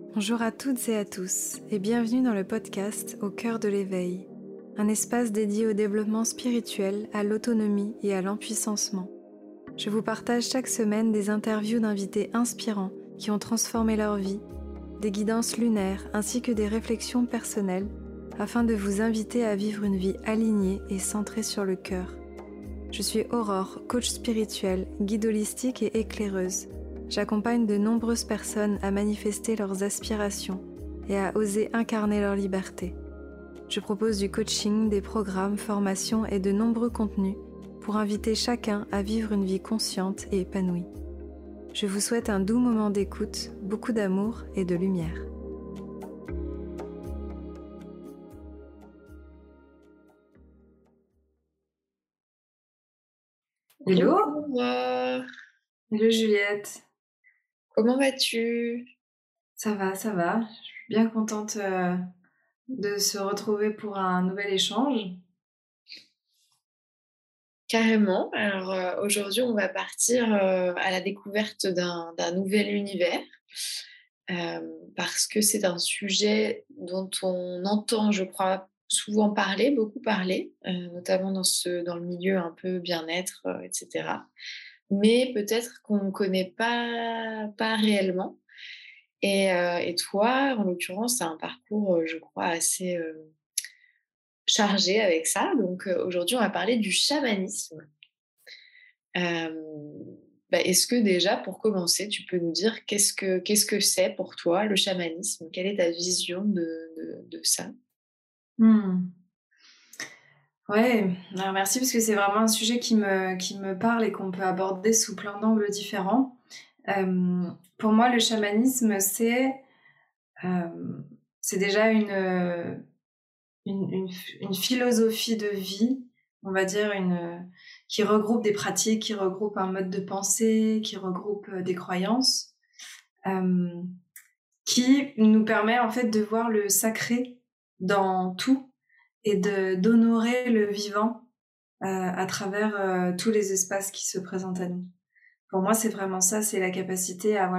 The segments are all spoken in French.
Bonjour à toutes et à tous et bienvenue dans le podcast Au cœur de l'éveil, un espace dédié au développement spirituel, à l'autonomie et à l'empuissancement. Je vous partage chaque semaine des interviews d'invités inspirants qui ont transformé leur vie, des guidances lunaires ainsi que des réflexions personnelles afin de vous inviter à vivre une vie alignée et centrée sur le cœur. Je suis Aurore, coach spirituelle, guide holistique et éclaireuse. J'accompagne de nombreuses personnes à manifester leurs aspirations et à oser incarner leur liberté. Je propose du coaching, des programmes, formations et de nombreux contenus pour inviter chacun à vivre une vie consciente et épanouie. Je vous souhaite un doux moment d'écoute, beaucoup d'amour et de lumière. Hello, Bonjour. hello Juliette. Comment vas-tu? Ça va. Je suis bien contente de se retrouver pour un nouvel échange. Carrément. Alors, aujourd'hui, on va partir, à la découverte d'un nouvel univers, parce que c'est un sujet dont on entend, je crois, souvent parler, beaucoup parler, notamment dans le milieu un peu bien-être, et cetera. Mais peut-être qu'on ne connaît pas réellement et toi, en l'occurrence, tu as un parcours, je crois assez, chargé avec ça. Donc, aujourd'hui, on va parler du chamanisme. Hem, est-ce que déjà, pour commencer, tu peux nous dire qu'est-ce que c'est pour toi le chamanisme? Quelle est ta vision de ça? Hmm. Ouais, alors merci parce que c'est vraiment un sujet qui me parle et qu'on peut aborder sous plein d'angles différents. Pour moi, le chamanisme, c'est déjà une philosophie de vie, on va dire, qui regroupe des pratiques, qui regroupe un mode de pensée, qui regroupe des croyances, euh, qui nous permet en fait de voir le sacré dans tout et d'honorer le vivant à travers tous les espaces qui se présentent à nous. Pour moi, c'est vraiment ça, c'est la capacité à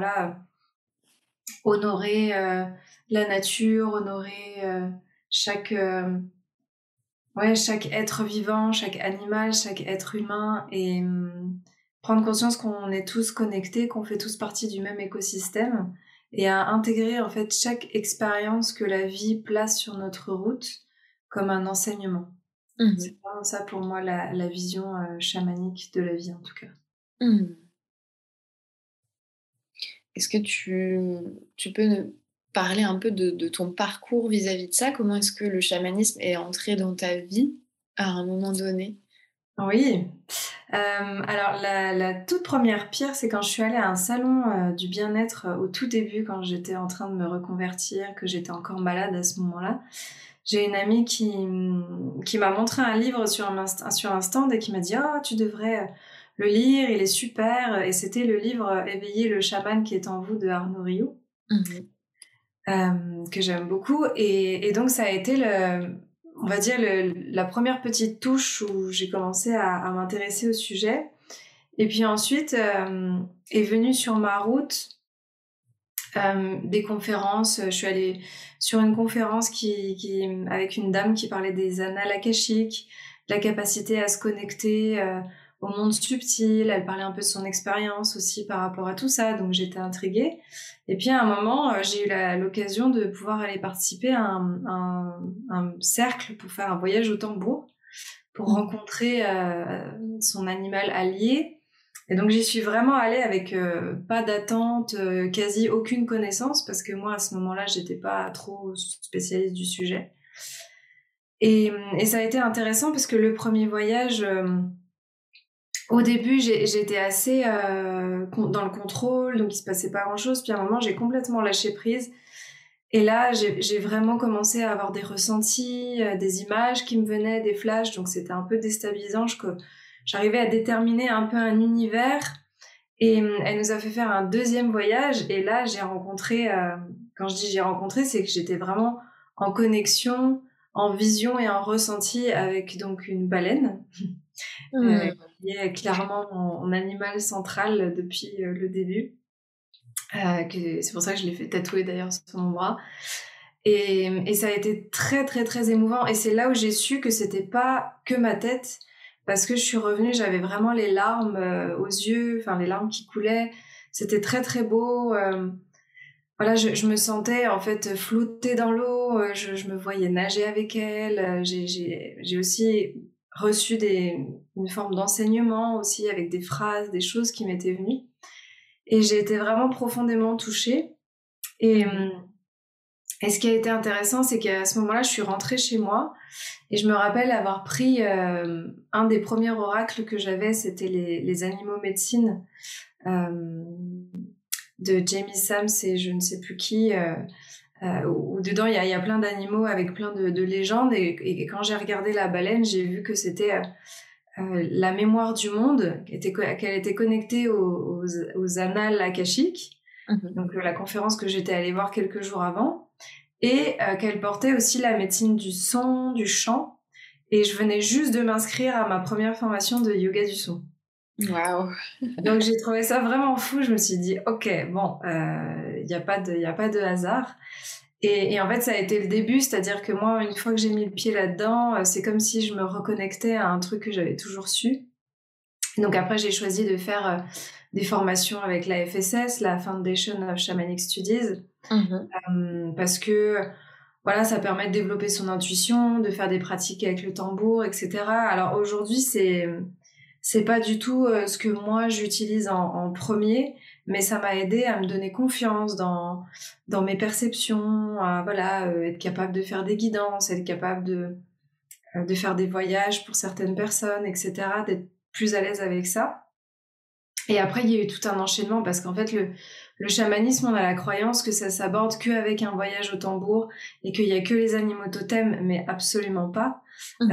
honorer la nature, honorer chaque chaque être vivant, chaque animal, chaque être humain et prendre conscience qu'on est tous connectés, qu'on fait tous partie du même écosystème et à intégrer en fait chaque expérience que la vie place sur notre route comme un enseignement. Mmh. C'est vraiment ça pour moi la vision chamanique de la vie en tout cas. Mmh. Est-ce que tu peux nous parler un peu de ton parcours vis-à-vis de ça? Comment est-ce que le chamanisme est entré dans ta vie à un moment donné? Oui, alors la toute première pierre, c'est quand je suis allée à un salon du bien-être au tout début, quand j'étais en train de me reconvertir, que j'étais encore malade à ce moment-là. J'ai une amie qui m'a montré un livre sur un stand et qui m'a dit: «Ah, tu devrais le lire, il est super», et c'était le livre Éveiller le chaman qui est en vous de Arnaud Rioux, Mmh. que j'aime beaucoup et donc ça a été on va dire la première petite touche où j'ai commencé à m'intéresser au sujet. Et puis ensuite, est venue sur ma route des conférences. Je suis allée sur une conférence avec une dame qui parlait des annales akashiques, de la capacité à se connecter au monde subtil. Elle parlait un peu de son expérience aussi par rapport à tout ça, donc j'étais intriguée. Et puis à un moment, j'ai eu l'occasion de pouvoir aller participer à un cercle pour faire un voyage au tambour, pour Mmh. rencontrer son animal allié. Et donc j'y suis vraiment allée avec pas d'attente, quasi aucune connaissance, parce que moi à ce moment-là j'étais pas trop spécialiste du sujet. Et ça a été intéressant parce que le premier voyage, au début j'étais assez dans le contrôle, donc il se passait pas grand-chose. Puis à un moment j'ai complètement lâché prise. Et là j'ai vraiment commencé à avoir des ressentis, des images qui me venaient, des flashs, donc c'était un peu déstabilisant. J'arrivais à déterminer un peu un univers. Et elle nous a fait faire un deuxième voyage. Et là, j'ai rencontré, quand je dis j'ai rencontré, c'est que j'étais vraiment en connexion, en vision et en ressenti avec donc une baleine, Mmh. qui est clairement mon animal central depuis le début. C'est pour ça que je l'ai fait tatouer d'ailleurs sur mon bras. Et ça a été très très très émouvant. Et c'est là où j'ai su que c'était pas que ma tête, parce que je suis revenue, j'avais vraiment les larmes aux yeux, enfin les larmes qui coulaient. C'était très très beau. Voilà, je me sentais en fait flotter dans l'eau. Je me voyais nager avec elle. J'ai aussi reçu une forme d'enseignement aussi avec des phrases, des choses qui m'étaient venues. Et j'ai été vraiment profondément touchée. Et ce qui a été intéressant, c'est qu'à ce moment-là, je suis rentrée chez moi et je me rappelle avoir pris un des premiers oracles que j'avais, c'était les animaux médecine de Jamie Sams et je ne sais plus qui, où dedans il y a plein d'animaux avec plein de légendes. Et quand j'ai regardé la baleine, j'ai vu que c'était la mémoire du monde, qu'elle était connectée aux annales akashiques, donc la conférence que j'étais allée voir quelques jours avant. Et qu'elle portait aussi la médecine du son, du chant. Et je venais juste de m'inscrire à ma première formation de yoga du son. Waouh. Donc j'ai trouvé ça vraiment fou. Je me suis dit, ok, bon, il y a pas de hasard. Et en fait, ça a été le début, c'est-à-dire que moi, une fois que j'ai mis le pied là-dedans, c'est comme si je me reconnectais à un truc que j'avais toujours su. Et donc après, j'ai choisi de faire des formations avec la FSS, la Foundation of Shamanic Studies, parce que voilà, ça permet de développer son intuition, de faire des pratiques avec le tambour, etc. Alors aujourd'hui, c'est pas du tout ce que moi j'utilise en premier, mais ça m'a aidé à me donner confiance dans mes perceptions, à être capable de faire des guidances, être capable de faire des voyages pour certaines personnes, etc., d'être plus à l'aise avec ça. Et après, il y a eu tout un enchaînement parce qu'en fait, le chamanisme, on a la croyance que ça s'aborde qu'avec un voyage au tambour et qu'il y a que les animaux totems, mais absolument pas.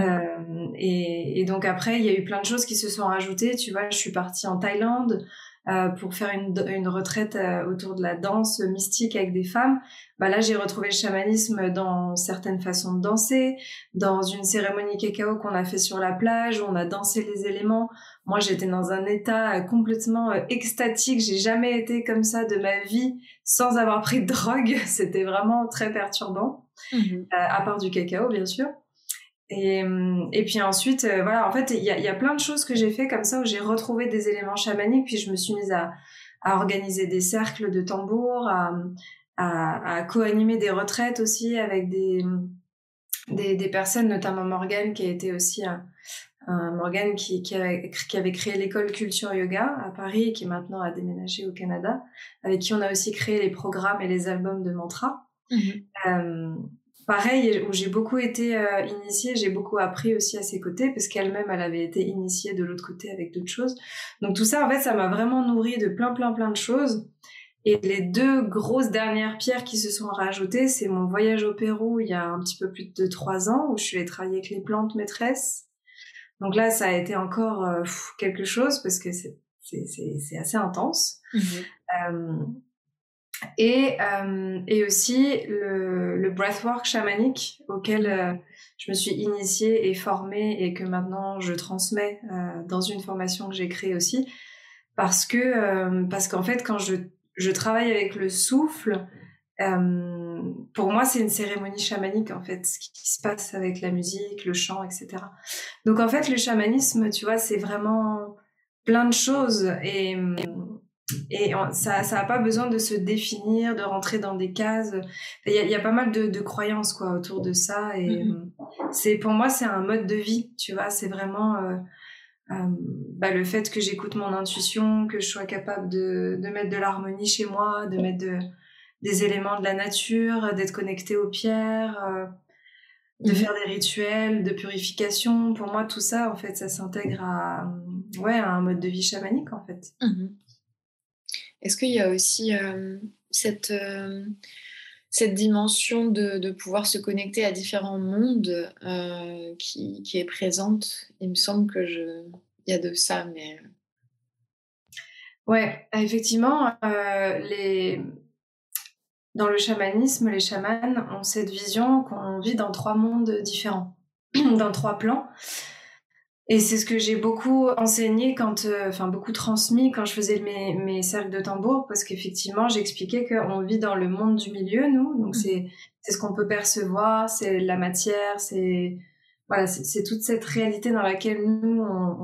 Et donc après, il y a eu plein de choses qui se sont rajoutées. Tu vois, je suis partie en Thaïlande pour faire une retraite autour de la danse mystique avec des femmes. Là, j'ai retrouvé le chamanisme dans certaines façons de danser, dans une cérémonie cacao qu'on a fait sur la plage où on a dansé les éléments. Moi, j'étais dans un état complètement extatique. J'ai jamais été comme ça de ma vie sans avoir pris de drogue. C'était vraiment très perturbant, à part du cacao, bien sûr. Et puis ensuite, voilà, en fait, il y a plein de choses que j'ai fait comme ça où j'ai retrouvé des éléments chamaniques. Puis je me suis mise à organiser des cercles de tambour, à co-animer des retraites aussi avec des personnes, notamment Morgane, qui a été aussi Morgane qui avait créé l'école Culture Yoga à Paris et qui maintenant a déménagé au Canada, avec qui on a aussi créé les programmes et les albums de mantra. Pareil, où j'ai beaucoup été initiée, j'ai beaucoup appris aussi à ses côtés, parce qu'elle-même, elle avait été initiée de l'autre côté avec d'autres choses. Donc tout ça, en fait, ça m'a vraiment nourrie de plein de choses. Et les 2 grosses dernières pierres qui se sont rajoutées, c'est mon voyage au Pérou il y a un petit peu plus de 3 ans, où je suis allée travailler avec les plantes maîtresses. Donc là, ça a été encore quelque chose, parce que c'est assez intense. Et aussi le breathwork chamanique auquel je me suis initiée et formée et que maintenant je transmets dans une formation que j'ai créée aussi, parce qu'en fait quand je travaille avec le souffle, pour moi c'est une cérémonie chamanique en fait, ce qui se passe avec la musique, le chant, etc. Donc en fait le chamanisme, tu vois, c'est vraiment plein de choses et ça a pas besoin de se définir, de rentrer dans des cases. Il y a pas mal de croyances quoi autour de ça. Et pour moi, c'est un mode de vie, tu vois. C'est vraiment le fait que j'écoute mon intuition, que je sois capable de mettre de l'harmonie chez moi, de mettre des éléments de la nature, d'être connectée aux pierres, de faire des rituels de purification. Pour moi, tout ça, en fait, ça s'intègre à un mode de vie chamanique, en fait. Est-ce qu'il y a aussi cette dimension de pouvoir se connecter à différents mondes qui est présente? Il me semble il y a de ça, mais... Ouais, effectivement, dans le chamanisme, les chamans ont cette vision qu'on vit dans 3 mondes différents, dans 3 plans. Et c'est ce que j'ai beaucoup enseigné beaucoup transmis quand je faisais mes cercles de tambour, parce qu'effectivement, j'expliquais qu'on vit dans le monde du milieu, nous. Donc, c'est ce qu'on peut percevoir, c'est la matière, c'est toute cette réalité dans laquelle nous,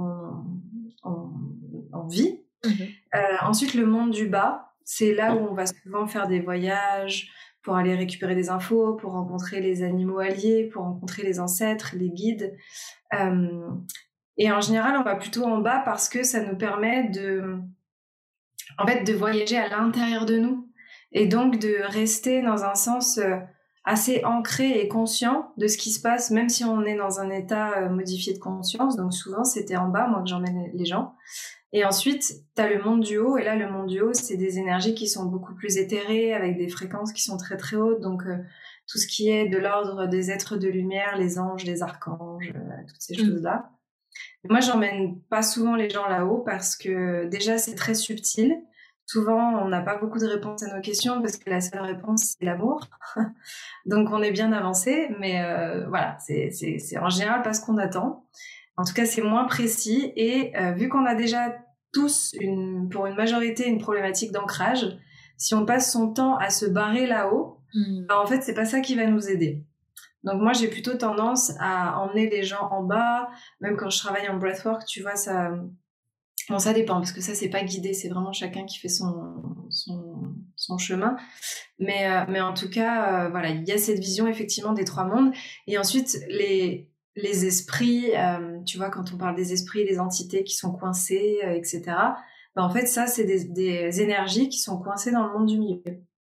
on vit. Ensuite, le monde du bas, c'est là où on va souvent faire des voyages pour aller récupérer des infos, pour rencontrer les animaux alliés, pour rencontrer les ancêtres, les guides. Et en général, on va plutôt en bas parce que ça nous permet de voyager à l'intérieur de nous et donc de rester dans un sens assez ancré et conscient de ce qui se passe, même si on est dans un état modifié de conscience. Donc souvent, c'était en bas, moi, que j'emmène les gens. Et ensuite, tu as le monde du haut. Et là, le monde du haut, c'est des énergies qui sont beaucoup plus éthérées, avec des fréquences qui sont très, très hautes. Donc, tout ce qui est de l'ordre des êtres de lumière, les anges, les archanges, toutes ces choses-là. Moi, j'emmène pas souvent les gens là-haut parce que déjà, c'est très subtil. Souvent, on n'a pas beaucoup de réponses à nos questions parce que la seule réponse, c'est l'amour. Donc, on est bien avancé, mais voilà, c'est en général pas ce qu'on attend. En tout cas, c'est moins précis. Et vu qu'on a déjà tous, pour une majorité, une problématique d'ancrage, si on passe son temps à se barrer là-haut, en fait, c'est pas ça qui va nous aider. Donc moi, j'ai plutôt tendance à emmener les gens en bas. Même quand je travaille en breathwork, tu vois, ça dépend, parce que ça, c'est pas guidé, c'est vraiment chacun qui fait son chemin. Mais en tout cas, voilà, il y a cette vision effectivement des trois mondes. Et ensuite, les esprits, tu vois, quand on parle des esprits, des entités qui sont coincées, etc., en fait, ça, c'est des énergies qui sont coincées dans le monde du milieu.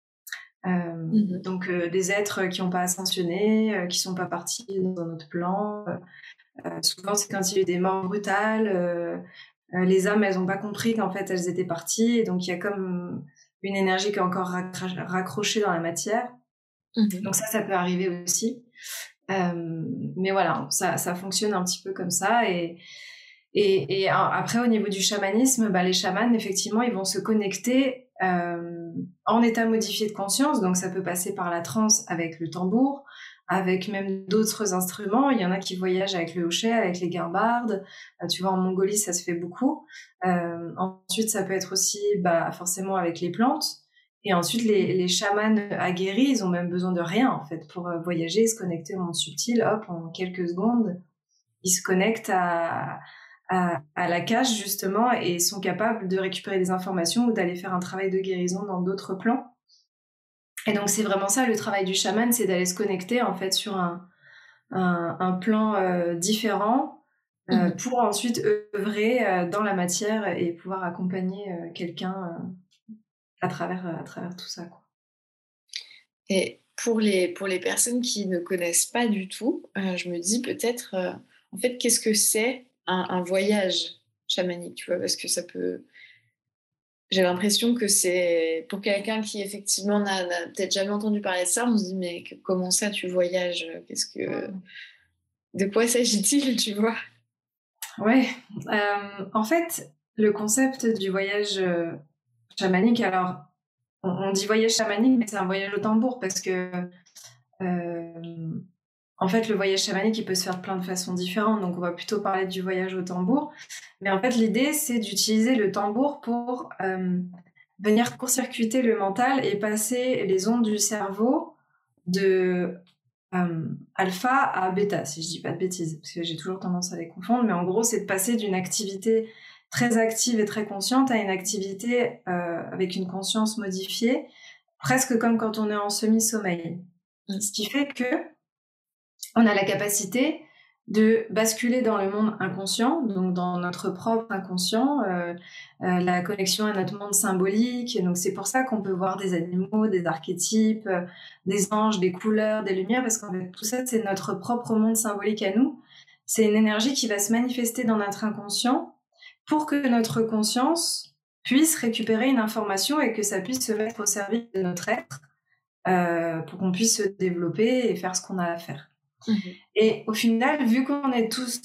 Donc des êtres qui n'ont pas ascensionné, qui sont pas partis dans un autre plan. Souvent, c'est quand il y a eu des morts brutales. Les âmes, elles n'ont pas compris qu'en fait, elles étaient parties. Et donc, il y a comme une énergie qui est encore raccrochée dans la matière. Donc ça peut arriver aussi. Mais voilà, ça fonctionne un petit peu comme ça. Et après, au niveau du chamanisme, les chamans, effectivement, ils vont se connecter en état modifié de conscience. Donc, ça peut passer par la transe avec le tambour, avec même d'autres instruments. Il y en a qui voyagent avec le hochet, avec les guimbardes. Tu vois, en Mongolie, ça se fait beaucoup. Ensuite, ça peut être aussi forcément avec les plantes. Et ensuite, les chamans aguerris, ils ont même besoin de rien, en fait, pour voyager, se connecter au monde subtil. Hop, en quelques secondes, ils se connectent à la cage, justement, et sont capables de récupérer des informations ou d'aller faire un travail de guérison dans d'autres plans. Et donc, c'est vraiment ça, le travail du chaman, c'est d'aller se connecter, en fait, sur un plan différent pour ensuite œuvrer dans la matière et pouvoir accompagner quelqu'un à travers tout ça, quoi. Et pour les personnes qui ne connaissent pas du tout, je me dis peut-être, en fait, qu'est-ce que c'est un voyage chamanique, tu vois? Parce que ça peut j'ai l'impression que c'est pour quelqu'un qui effectivement n'a peut-être jamais entendu parler de ça, on se dit: «Mais comment ça tu voyages? Qu'est-ce que de quoi s'agit-il?» tu vois? Ouais, en fait, le concept du voyage chamanique, alors on dit voyage chamanique, mais c'est un voyage au tambour parce que en fait, le voyage chamanique, il peut se faire de plein de façons différentes. Donc, on va plutôt parler du voyage au tambour. Mais en fait, l'idée, c'est d'utiliser le tambour pour venir court-circuiter le mental et passer les ondes du cerveau de alpha à bêta, si je dis pas de bêtises, parce que j'ai toujours tendance à les confondre. Mais en gros, c'est de passer d'une activité très active et très consciente à une activité avec une conscience modifiée, presque comme quand on est en semi-sommeil. Ce qui fait que on a la capacité de basculer dans le monde inconscient, donc dans notre propre inconscient, la connexion à notre monde symbolique. Donc c'est pour ça qu'on peut voir des animaux, des archétypes, des anges, des couleurs, des lumières, parce qu'en fait tout ça c'est notre propre monde symbolique à nous. C'est une énergie qui va se manifester dans notre inconscient pour que notre conscience puisse récupérer une information et que ça puisse se mettre au service de notre être, pour qu'on puisse se développer et faire ce qu'on a à faire. Et au final, vu qu'on est tous,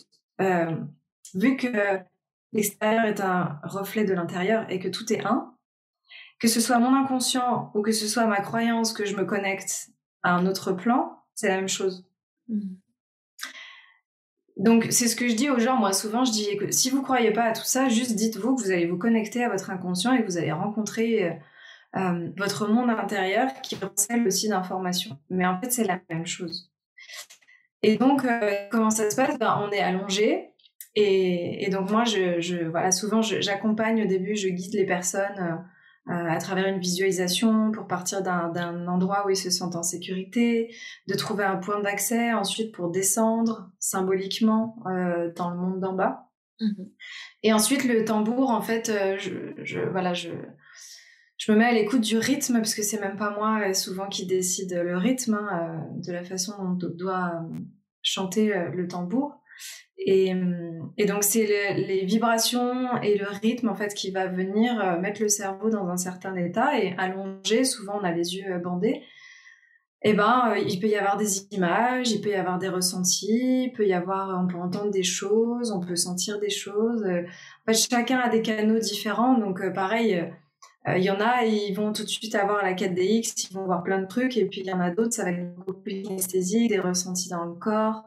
vu que l'extérieur est un reflet de l'intérieur et que tout est un, que ce soit mon inconscient ou que ce soit ma croyance que je me connecte à un autre plan, c'est la même chose. Donc, c'est ce que je dis aux gens. Moi, souvent, je dis que si vous ne croyez pas à tout ça, juste dites-vous que vous allez vous connecter à votre inconscient et que vous allez rencontrer votre monde intérieur qui recèle aussi d'informations. Mais en fait, c'est la même chose. Et donc, comment ça se passe? On est allongé. Et donc, moi, voilà, souvent, j'accompagne au début, je guide les personnes à travers une visualisation pour partir d'un endroit où ils se sentent en sécurité, de trouver un point d'accès ensuite pour descendre symboliquement dans le monde d'en bas. Et ensuite, le tambour, en fait, je me mets à l'écoute du rythme, parce que c'est même pas moi souvent qui décide le rythme de la façon dont on doit chanter le tambour. Et donc, c'est les vibrations et le rythme en fait qui va venir mettre le cerveau dans un certain état. Et allongé, souvent on a les yeux bandés. Et il peut y avoir des images, il peut y avoir des ressentis, on peut entendre des choses, on peut sentir des choses. En fait, chacun a des canaux différents, donc pareil. Il y en a, ils vont tout de suite avoir la 4DX, ils vont voir plein de trucs, et puis il y en a d'autres, ça va être beaucoup plus kinesthésique, des ressentis dans le corps.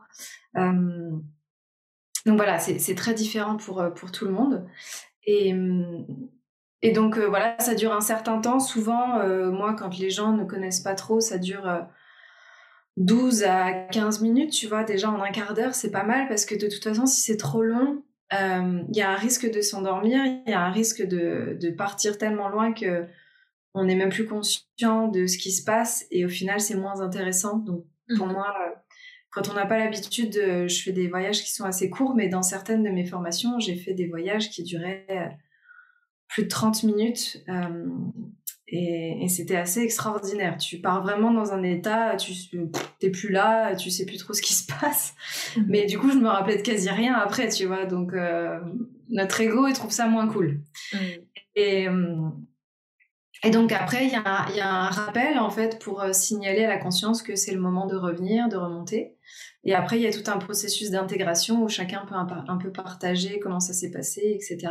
Donc voilà, c'est très différent pour tout le monde. Et donc voilà, ça dure un certain temps. Souvent, moi, quand les gens ne connaissent pas trop, ça dure 12 à 15 minutes, tu vois. Déjà en un quart d'heure, c'est pas mal, parce que de toute façon, si c'est trop long, y a un risque de s'endormir, il y a un risque de partir tellement loin que on n'est même plus conscient de ce qui se passe, et au final, c'est moins intéressant. Donc, pour moi, quand on n'a pas l'habitude, je fais des voyages qui sont assez courts, mais dans certaines de mes formations, j'ai fait des voyages qui duraient plus de 30 minutes, et c'était assez extraordinaire. Tu pars vraiment dans un état, tu n'es plus là, tu sais plus trop ce qui se passe. Mais du coup, je me rappelais de quasi rien après, tu vois. Donc, notre ego, il trouve ça moins cool. Et donc après, il y a un rappel en fait pour signaler à la conscience que c'est le moment de revenir, de remonter. Et après, il y a tout un processus d'intégration où chacun peut un peu partager comment ça s'est passé, etc.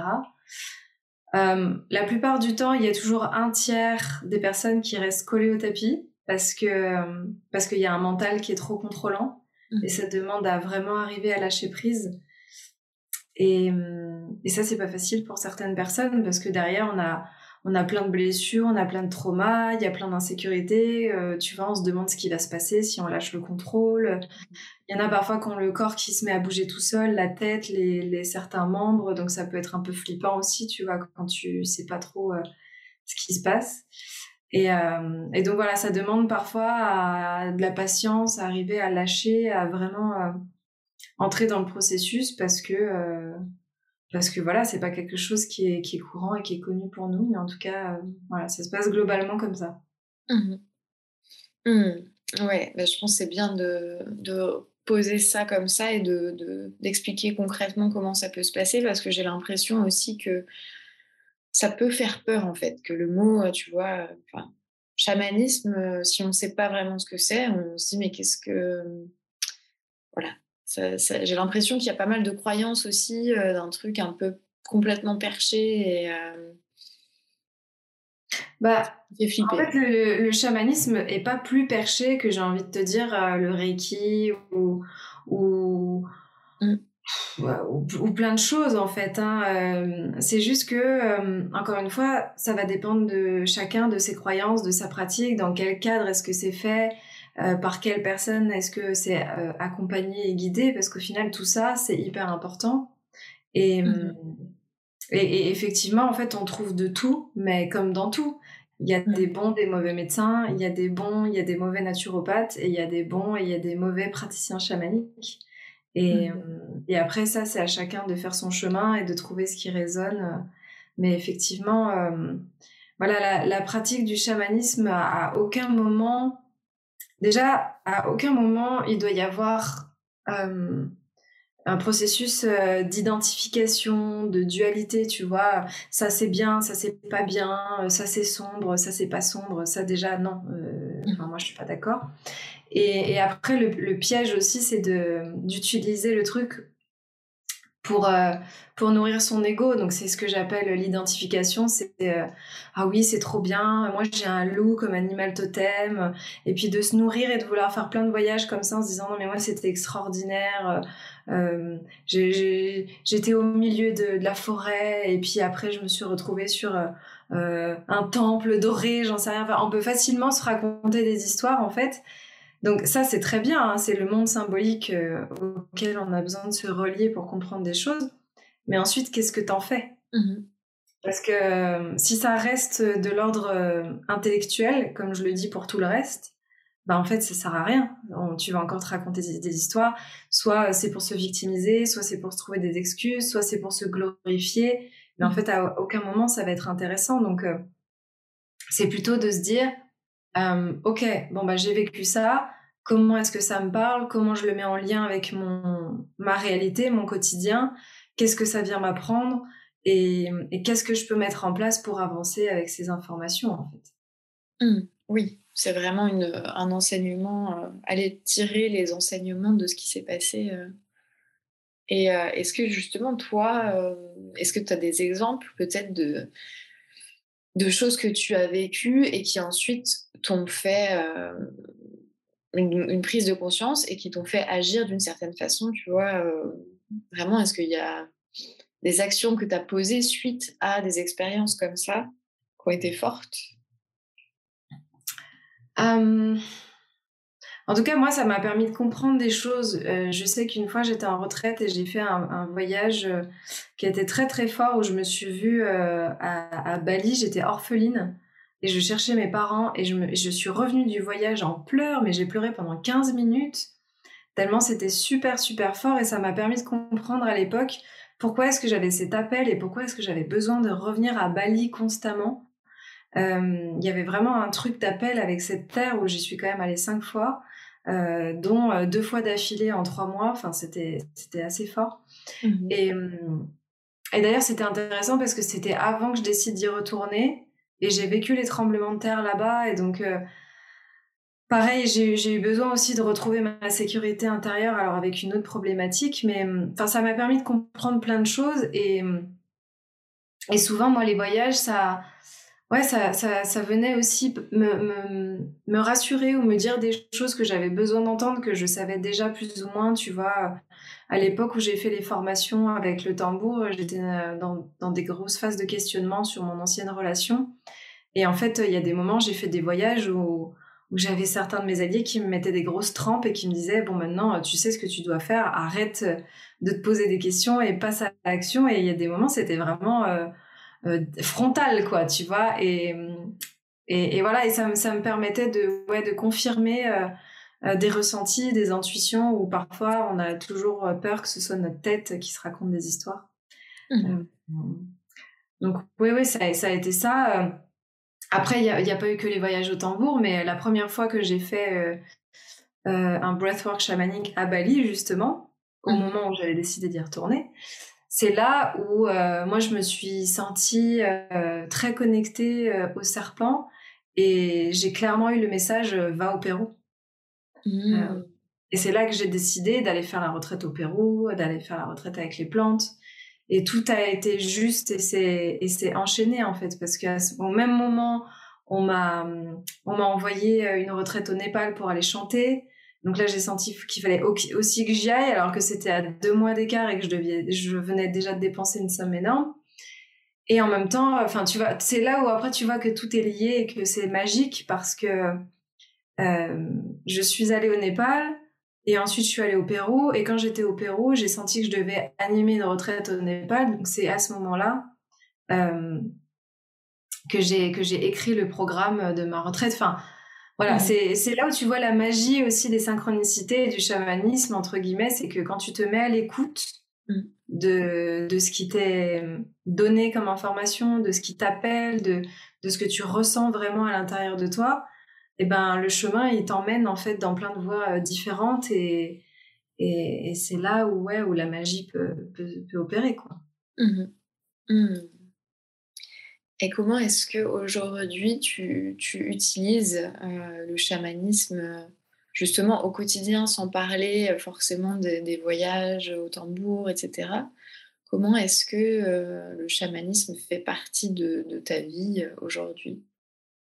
La plupart du temps, il y a toujours un tiers des personnes qui restent collées au tapis parce qu'il y a un mental qui est trop contrôlant, et ça demande à vraiment arriver à lâcher prise. Et ça, c'est pas facile pour certaines personnes, parce que derrière, on a plein de blessures, on a plein de traumas, il y a plein d'insécurités. Tu vois, on se demande ce qui va se passer si on lâche le contrôle. Il y en a parfois qui ont le corps qui se met à bouger tout seul, la tête, les certains membres. Donc, ça peut être un peu flippant aussi, tu vois, quand tu sais pas trop ce qui se passe. Et donc, voilà, ça demande parfois de la patience, à arriver à lâcher, à vraiment entrer dans le processus, parce que voilà, c'est pas quelque chose qui est courant et qui est connu pour nous, mais en tout cas, voilà, ça se passe globalement comme ça. Ouais, je pense que c'est bien de poser ça comme ça et d'expliquer concrètement comment ça peut se passer, parce que j'ai l'impression aussi que ça peut faire peur, en fait, que le mot, tu vois, chamanisme, si on ne sait pas vraiment ce que c'est, on se dit: «Mais qu'est-ce que...» Voilà, j'ai l'impression qu'il y a pas mal de croyances aussi, d'un truc un peu complètement perché, et ça me fait En flipper. fait, le chamanisme est pas plus perché que, j'ai envie de te dire, le Reiki ou plein de choses, en fait. C'est juste que, encore une fois, ça va dépendre de chacun, de ses croyances, de sa pratique, dans quel cadre est-ce que c'est fait, par quelle personne est-ce que c'est accompagné et guidé, parce qu'au final, tout ça, c'est hyper important. Et effectivement, en fait, on trouve de tout, mais comme dans tout, il y a des bons, des mauvais médecins, il y a des bons, il y a des mauvais naturopathes, et il y a des bons et il y a des mauvais praticiens chamaniques. Et après, ça, c'est à chacun de faire son chemin et de trouver ce qui résonne. Mais effectivement, voilà, la pratique du chamanisme, à aucun moment, déjà, à aucun moment, il doit y avoir un processus d'identification, de dualité, tu vois. Ça, c'est bien, ça, c'est pas bien, ça, c'est sombre, ça, c'est pas sombre. Ça, déjà, non. Moi, je suis pas d'accord. Et après, le piège aussi, c'est d'utiliser le truc pour nourrir son ego. Donc, c'est ce que j'appelle l'identification. C'est ah oui, c'est trop bien, moi j'ai un loup comme animal totem. Et puis de se nourrir et de vouloir faire plein de voyages comme ça, en se disant non mais moi c'était extraordinaire, J'étais au milieu de la forêt et puis après je me suis retrouvée sur un temple doré, j'en sais rien. Enfin, on peut facilement se raconter des histoires en fait. Donc ça c'est très bien, hein, c'est le monde symbolique auquel on a besoin de se relier pour comprendre des choses. Mais ensuite, qu'est-ce que t'en fais? Parce que si ça reste de l'ordre intellectuel, comme je le dis pour tout le reste, bah en fait ça sert à rien. Tu vas encore te raconter des histoires, soit c'est pour se victimiser, soit c'est pour se trouver des excuses, soit c'est pour se glorifier, mais en fait à aucun moment ça va être intéressant. Donc c'est plutôt de se dire ok, bon bah j'ai vécu ça, comment est-ce que ça me parle, comment je le mets en lien avec ma réalité, mon quotidien, qu'est-ce que ça vient m'apprendre et qu'est-ce que je peux mettre en place pour avancer avec ces informations en fait. Oui, c'est vraiment un enseignement, aller tirer les enseignements de ce qui s'est passé. Et est-ce que justement toi, est-ce que tu as des exemples peut-être de choses que tu as vécues et qui ensuite t'ont fait, une prise de conscience et qui t'ont fait agir d'une certaine façon, tu vois? Vraiment, est-ce qu'il y a des actions que tu as posées suite à des expériences comme ça, qui ont été fortes? Euh, En tout cas, moi, ça m'a permis de comprendre des choses. Je sais qu'une fois, j'étais en retraite et j'ai fait un voyage qui a été très très fort où je me suis vue à Bali. J'étais orpheline et je cherchais mes parents et je suis revenue du voyage en pleurs, mais j'ai pleuré pendant 15 minutes tellement c'était super super fort et ça m'a permis de comprendre à l'époque pourquoi est-ce que j'avais cet appel et pourquoi est-ce que j'avais besoin de revenir à Bali constamment. Il y avait vraiment un truc d'appel avec cette terre où j'y suis quand même allée 5 fois, dont 2 fois d'affilée en 3 mois. Enfin, c'était assez fort. Et, et d'ailleurs, c'était intéressant parce que c'était avant que je décide d'y retourner. Et j'ai vécu les tremblements de terre là-bas. Et donc, pareil, j'ai eu besoin aussi de retrouver ma sécurité intérieure, alors avec une autre problématique. Mais enfin, ça m'a permis de comprendre plein de choses. Et souvent, moi, les voyages, ouais, ça venait aussi me rassurer ou me dire des choses que j'avais besoin d'entendre, que je savais déjà plus ou moins, tu vois. À l'époque où j'ai fait les formations avec le tambour, j'étais dans des grosses phases de questionnement sur mon ancienne relation. Et en fait, il y a des moments, j'ai fait des voyages où j'avais certains de mes alliés qui me mettaient des grosses trempes et qui me disaient, bon, maintenant, tu sais ce que tu dois faire, arrête de te poser des questions et passe à l'action. Et il y a des moments, c'était vraiment frontal, quoi, tu vois. Et voilà, et ça me permettait de confirmer des ressentis, des intuitions où parfois on a toujours peur que ce soit notre tête qui se raconte des histoires. Euh, donc oui, ça a été ça. Après, il y a pas eu que les voyages au tambour, mais la première fois que j'ai fait un breathwork chamanique à Bali, justement, au moment où j'avais décidé d'y retourner, c'est là où moi je me suis sentie très connectée au serpent et j'ai clairement eu le message va au Pérou. Et c'est là que j'ai décidé d'aller faire la retraite au Pérou, d'aller faire la retraite avec les plantes. Et tout a été juste et c'est enchaîné en fait parce qu'au même moment on m'a envoyé une retraite au Népal pour aller chanter. Donc là j'ai senti qu'il fallait aussi que j'y aille alors que c'était à 2 mois d'écart et que je venais déjà de dépenser une somme énorme. Et en même temps, enfin tu vois, c'est là où après tu vois que tout est lié et que c'est magique parce que je suis allée au Népal et ensuite je suis allée au Pérou. Et quand j'étais au Pérou, j'ai senti que je devais animer une retraite au Népal. Donc c'est à ce moment-là que j'ai écrit le programme de ma retraite. Enfin, voilà, c'est là où tu vois la magie aussi des synchronicités et du chamanisme, entre guillemets. C'est que quand tu te mets à l'écoute de ce qui t'est donné comme information, de ce qui t'appelle, de ce que tu ressens vraiment à l'intérieur de toi, et ben le chemin il t'emmène en fait dans plein de voies différentes et c'est là où ouais où la magie peut opérer quoi. Et comment est-ce qu'aujourd'hui tu utilises, le chamanisme, justement au quotidien sans parler, forcément des voyages au tambour et cetera? Comment est-ce que, le chamanisme fait partie de ta vie, aujourd'hui?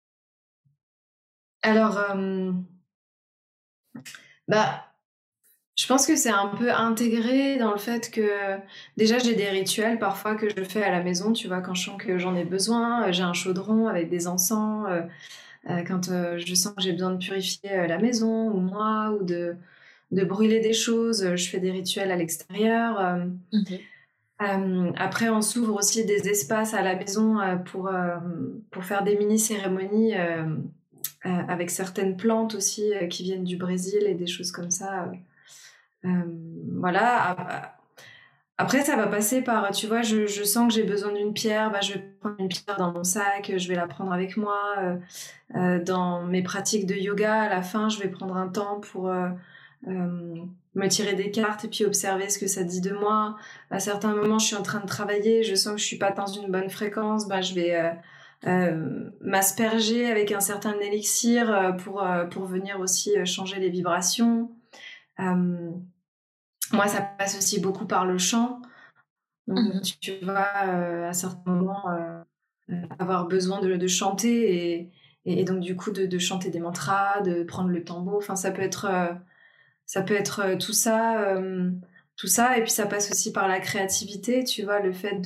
Alors bah Je pense que c'est un peu intégré dans le fait que déjà j'ai des rituels parfois que je fais à la maison, tu vois, quand je sens que j'en ai besoin. J'ai un chaudron avec des encens. Quand je sens que j'ai besoin de purifier la maison ou moi ou de brûler des choses, je fais des rituels à l'extérieur. Mmh. Après, on s'ouvre aussi des espaces à la maison pour faire des mini-cérémonies avec certaines plantes aussi qui viennent du Brésil et des choses comme ça. Voilà. Après, ça va passer par, tu vois, je sens que j'ai besoin d'une pierre, bah, je vais prendre une pierre dans mon sac, je vais la prendre avec moi. Dans mes pratiques de yoga, à la fin, je vais prendre un temps pour me tirer des cartes et puis observer ce que ça dit de moi. À certains moments, je suis en train de travailler, je sens que je suis pas dans une bonne fréquence, bah, je vais m'asperger avec un certain élixir pour venir aussi changer les vibrations. Euh, Moi, ça passe aussi beaucoup par le chant. Donc, Mmh. tu vas à certains moments avoir besoin de chanter et donc du coup de chanter des mantras, de prendre le tambour. Enfin, ça peut être tout ça. Et puis ça passe aussi par la créativité, tu vois, le fait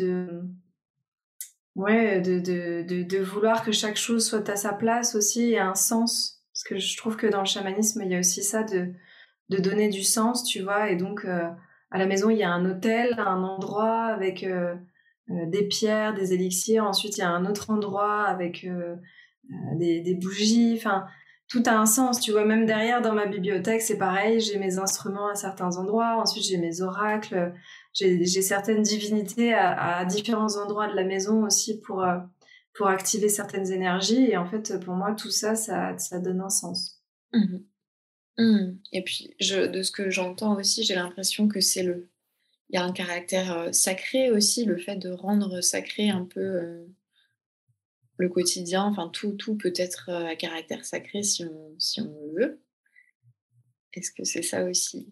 de vouloir que chaque chose soit à sa place aussi et a un sens. Parce que je trouve que dans le chamanisme, il y a aussi ça de donner du sens, tu vois. Et donc, à la maison, il y a un hôtel, un endroit avec des pierres, des élixirs. Ensuite, il y a un autre endroit avec des bougies. Enfin, tout a un sens, tu vois. Même derrière, dans ma bibliothèque, c'est pareil. J'ai mes instruments à certains endroits. Ensuite, j'ai mes oracles. J'ai certaines divinités à différents endroits de la maison aussi pour activer certaines énergies. Et en fait, pour moi, tout ça, ça donne un sens. Mmh. Mmh. Et puis de ce que j'entends aussi, j'ai l'impression que il y a un caractère, sacré aussi, le fait de rendre sacré un peu, le quotidien, enfin tout peut être, à caractère sacré si on le veut. Est-ce que c'est ça aussi?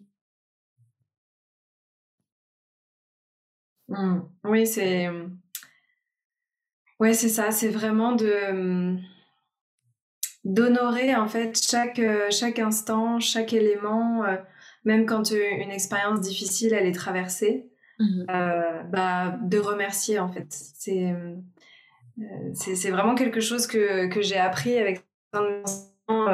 Oui, ouais, c'est ça. C'est vraiment d'honorer en fait chaque instant, chaque élément, même quand une expérience difficile elle est traversée, Mmh. bah, de remercier en fait. C'est vraiment quelque chose que j'ai appris avec certains de mes enseignants,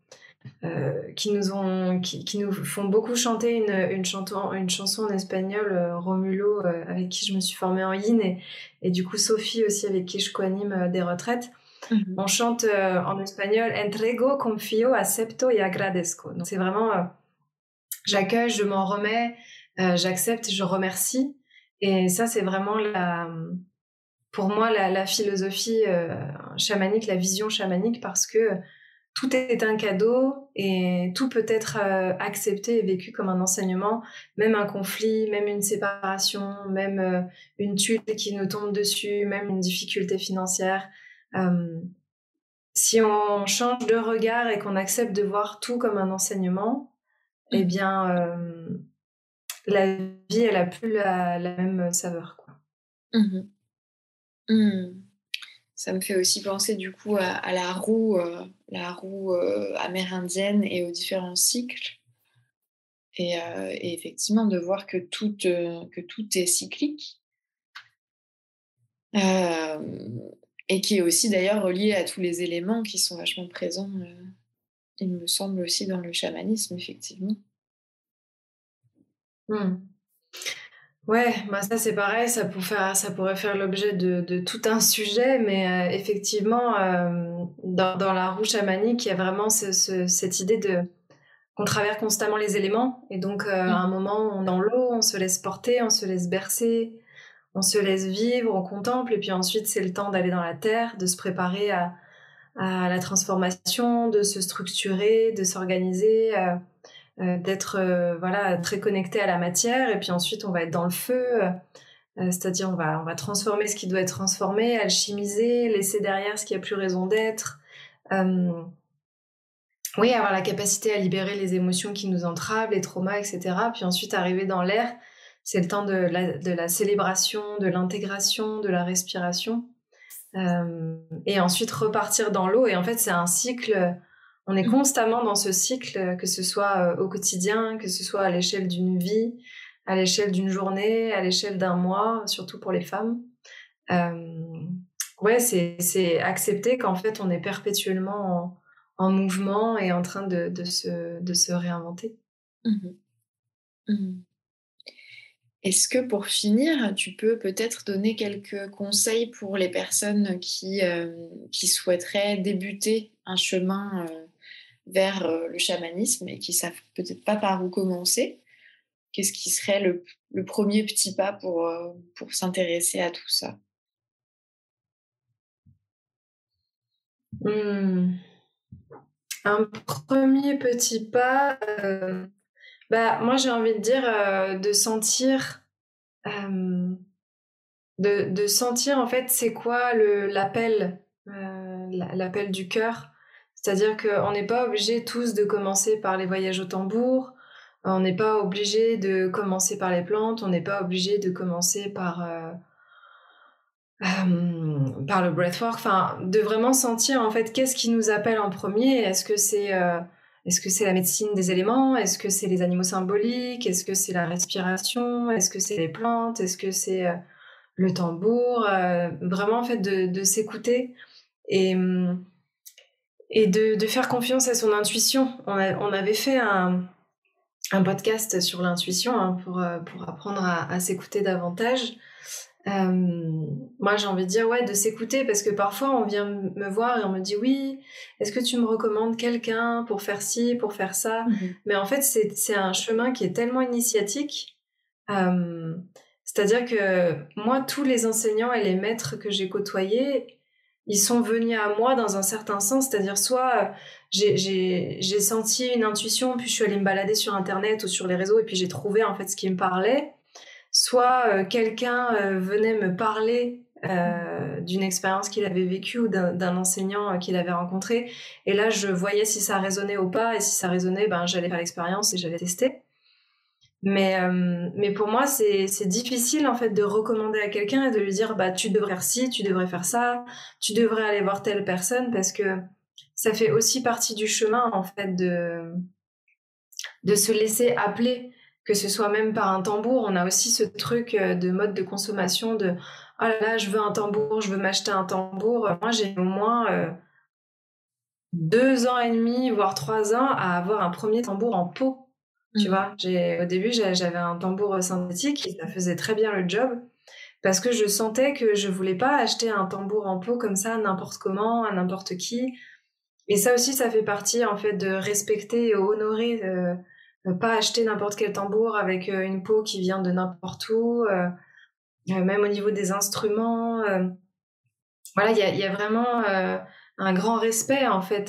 qui nous font beaucoup chanter une chanson en espagnol, Romulo, avec qui je me suis formée en yin et du coup Sophie aussi avec qui je co-anime des retraites. Mmh. On chante en espagnol entrego, confío, acepto y agradezco. Donc c'est vraiment j'accueille, je m'en remets, j'accepte, je remercie. Et ça, c'est vraiment pour moi la philosophie chamanique, la vision chamanique, parce que tout est un cadeau et tout peut être accepté et vécu comme un enseignement, même un conflit, même une séparation, même une tuile qui nous tombe dessus, même une difficulté financière. Euh, Si on change de regard et qu'on accepte de voir tout comme un enseignement, eh Mmh. bien, la vie, elle a plus la même saveur, quoi. Mmh. Mmh. Ça me fait aussi penser du coup à la roue, amérindienne et aux différents cycles et effectivement de voir que tout est cyclique, hem et qui est aussi d'ailleurs relié à tous les éléments qui sont vachement présents, il me semble aussi dans le chamanisme effectivement. Mmh. Ouais, bah, ça, c'est pareil, ça pourrait faire l'objet de tout un sujet, mais effectivement, dans la roue chamanique, il y a vraiment cette idée qu'on traverse constamment les éléments et donc à un Mmh. moment, on est dans l'eau, on se laisse porter, on se laisse bercer, on se laisse vivre, on contemple et puis ensuite, c'est le temps d'aller dans la terre, de se préparer à la transformation, de se structurer, de s'organiser, d'être voilà, très connecté à la matière. Et puis ensuite, on va être dans le feu, c'est-à-dire on va transformer ce qui doit être transformé, alchimiser, laisser derrière ce qui a plus raison d'être. Euh, oui, avoir la capacité à libérer les émotions qui nous entravent, les traumas, etc. Puis ensuite, arriver dans l'air, c'est le temps de la célébration, de l'intégration, de la respiration. Et ensuite repartir dans l'eau. Et en fait, c'est un cycle On est Mmh. constamment dans ce cycle, que ce soit au quotidien, que ce soit à l'échelle d'une vie, à l'échelle d'une journée, à l'échelle d'un mois, surtout pour les femmes. Ouais, c'est accepter qu'en fait, on est perpétuellement en mouvement et en train de se réinventer. Mmh. Mmh. Est-ce que pour finir, tu peux peut-être donner quelques conseils pour les personnes qui souhaiteraient débuter un chemin, vers, le chamanisme et qui savent peut-être pas par où commencer? Qu'est-ce qui serait le 1er petit pas pour s'intéresser à tout ça? Mmh. Un premier petit pas, bah, moi, j'ai envie de dire, de sentir, hem, de sentir, en fait, c'est quoi l'appel, l'appel du cœur. C'est-à-dire qu'on n'est pas obligés tous de commencer par les voyages au tambour, on n'est pas obligés de commencer par les plantes, on n'est pas obligés de commencer par le breathwork, enfin, de vraiment sentir, en fait, qu'est-ce qui nous appelle en premier. Est-ce que c'est la médecine des éléments? Est-ce que c'est les animaux symboliques? Est-ce que c'est la respiration? Est-ce que c'est les plantes? Est-ce que c'est, le tambour? Vraiment, en fait, de s'écouter et et de faire confiance à son intuition. On avait fait un podcast sur l'intuition, hein, pour apprendre à s'écouter davantage. Moi, j'ai envie de dire, ouais, de s'écouter, parce que parfois, on vient me voir et on me dit, oui, est-ce que tu me recommandes quelqu'un pour faire ci, pour faire ça? Mmh. Mais en fait, c'est un chemin qui est tellement initiatique. Euh, C'est-à-dire que moi, tous les enseignants et les maîtres que j'ai côtoyés, ils sont venus à moi dans un certain sens. C'est-à-dire, soit j'ai senti une intuition, puis je suis allée me balader sur Internet ou sur les réseaux, et puis j'ai trouvé en fait ce qui me parlait. Soit quelqu'un venait me parler d'une expérience qu'il avait vécue ou d'un enseignant qu'il avait rencontré. Et là, je voyais si ça résonnait ou pas. Et si ça résonnait, ben, j'allais faire l'expérience et j'allais tester. Mais pour moi, c'est difficile en fait de recommander à quelqu'un et de lui dire, bah, tu devrais faire ci, tu devrais faire ça, tu devrais aller voir telle personne, parce que ça fait aussi partie du chemin en fait de se laisser appeler, que ce soit même par un tambour. On a aussi ce truc de mode de consommation de oh là là, je veux un tambour, je veux m'acheter un tambour. Moi, j'ai au moins 2 ans et demi, voire 3 ans à avoir un premier tambour en pot. Tu Mmh. vois, au début, j'avais un tambour synthétique et ça faisait très bien le job, parce que je sentais que je voulais pas acheter un tambour en pot comme ça, n'importe comment, à n'importe qui. Et ça aussi, ça fait partie en fait de respecter et honorer, pas acheter n'importe quel tambour avec une peau qui vient de n'importe où, même au niveau des instruments. Voilà, il y a vraiment un grand respect en fait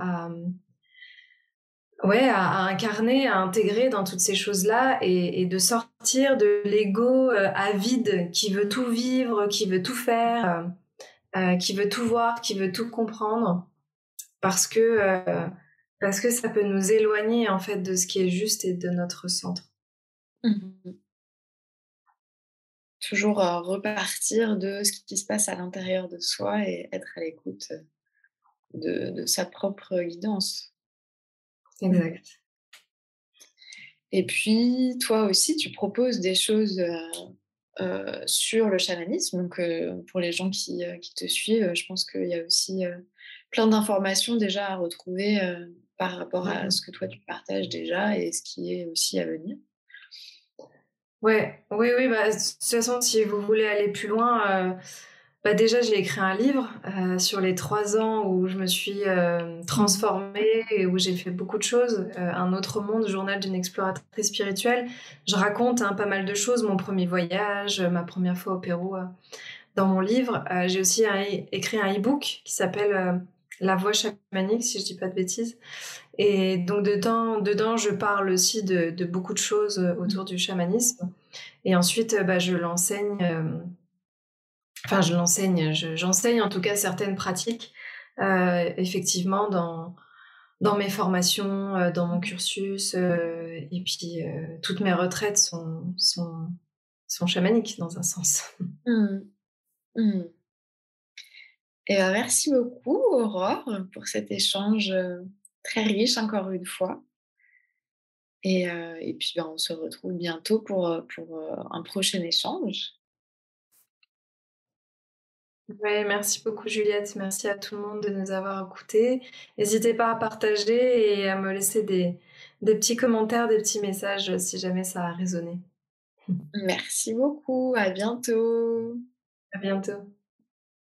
ouais, à incarner, à intégrer dans toutes ces choses-là, et de sortir de l'ego avide qui veut tout vivre, qui veut tout faire, qui veut tout voir, qui veut tout comprendre. Parce que, parce que ça peut nous éloigner en fait de ce qui est juste et de notre centre. Mmh. Toujours, repartir de ce qui se passe à l'intérieur de soi et être à l'écoute, de sa propre guidance. Mmh. Exact. Et puis, toi aussi, tu proposes des choses, sur le chamanisme. Donc, pour les gens qui te suivent, je pense qu'il y a aussi, plein d'informations déjà à retrouver, par rapport à Mmh. ce que toi tu partages déjà et ce qui est aussi à venir. Ouais, oui, oui, bah, de toute façon, si vous voulez aller plus loin, bah, déjà, j'ai écrit un livre sur les 3 ans où je me suis Mmh. transformée et où j'ai fait beaucoup de choses. Un autre monde, journal d'une exploratrice spirituelle. Je raconte, hein, pas mal de choses, mon premier voyage, ma première fois au Pérou, dans mon livre. J'ai aussi écrit un e-book qui s'appelle La voix chamanique, si je dis pas de bêtises. Et donc dedans je parle aussi de beaucoup de choses autour du chamanisme. Et ensuite, bah, je l'enseigne, enfin je l'enseigne, j'enseigne en tout cas certaines pratiques, effectivement dans mes formations, dans mon cursus, et puis toutes mes retraites sont chamaniques dans un sens. Mmh. Mmh. Et merci beaucoup Aurore pour cet échange, très riche encore une fois. Et puis, ben, on se retrouve bientôt pour un prochain échange. Ouais, merci beaucoup Juliette, merci à tout le monde de nous avoir écoutés. N'hésitez pas à partager et à me laisser des petits commentaires, des petits messages si jamais ça a résonné. Merci beaucoup, à bientôt. À bientôt.